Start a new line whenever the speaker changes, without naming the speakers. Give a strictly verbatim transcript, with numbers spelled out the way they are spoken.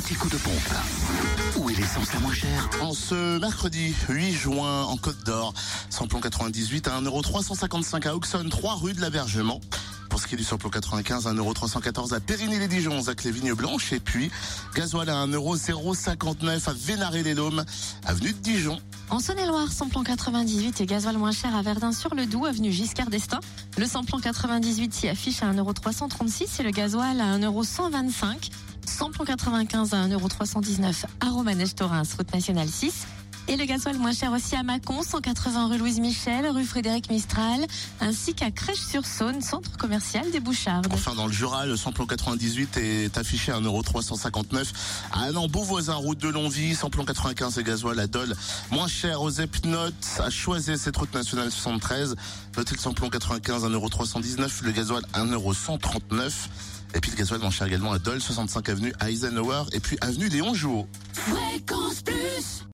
petit coup de pompe. Où est l'essence la moins chère?
En ce mercredi huit juin, en Côte d'Or, samplon quatre-vingt-dix-huit à un euro trois cent cinquante-cinq à Auxonne, trois rue de l'Abergement. Pour ce qui est du samplon quatre-vingt-quinze, un euro trois cent quatorze à Périgny-les-Dijon, à Clévigne-Blanche. Et puis, gasoil à un euro zéro cinquante-neuf à Vénaré-les-Laumes, avenue de Dijon.
En Saône-et-Loire, samplon quatre-vingt-dix-huit et gasoil moins cher à Verdun-sur-le-Doubs, avenue Giscard d'Estaing. Le samplon quatre-vingt-dix-huit s'y affiche à un euro trois cent trente-six et le gasoil à un euro cent vingt-cinq. Samplon quatre-vingt-quinze à un euro trois cent dix-neuf à Romanèche-Thorens, route nationale six. Et le gasoil moins cher aussi à Mâcon, cent quatre-vingts rue Louise Michel, rue Frédéric Mistral, ainsi qu'à Crèche-sur-Saône, centre commercial des Bouchardes.
Enfin, dans le Jura, le samplon quatre-vingt-dix-huit est affiché à un euro trois cent cinquante-neuf à Annan, Beauvoisin, route de Longwy. Samplon quatre-vingt-quinze et gasoil à Dole, moins cher aux Epnotes, à Choisey, cette route nationale soixante-treize. Notez le samplon quatre-vingt-quinze, un euro trois cent dix-neuf, le gasoil un euro cent trente-neuf. Et puis le gasoil moins cher également à Dole, soixante-cinq avenue Eisenhower et puis avenue Léon Jouot.
Fréquence Plus.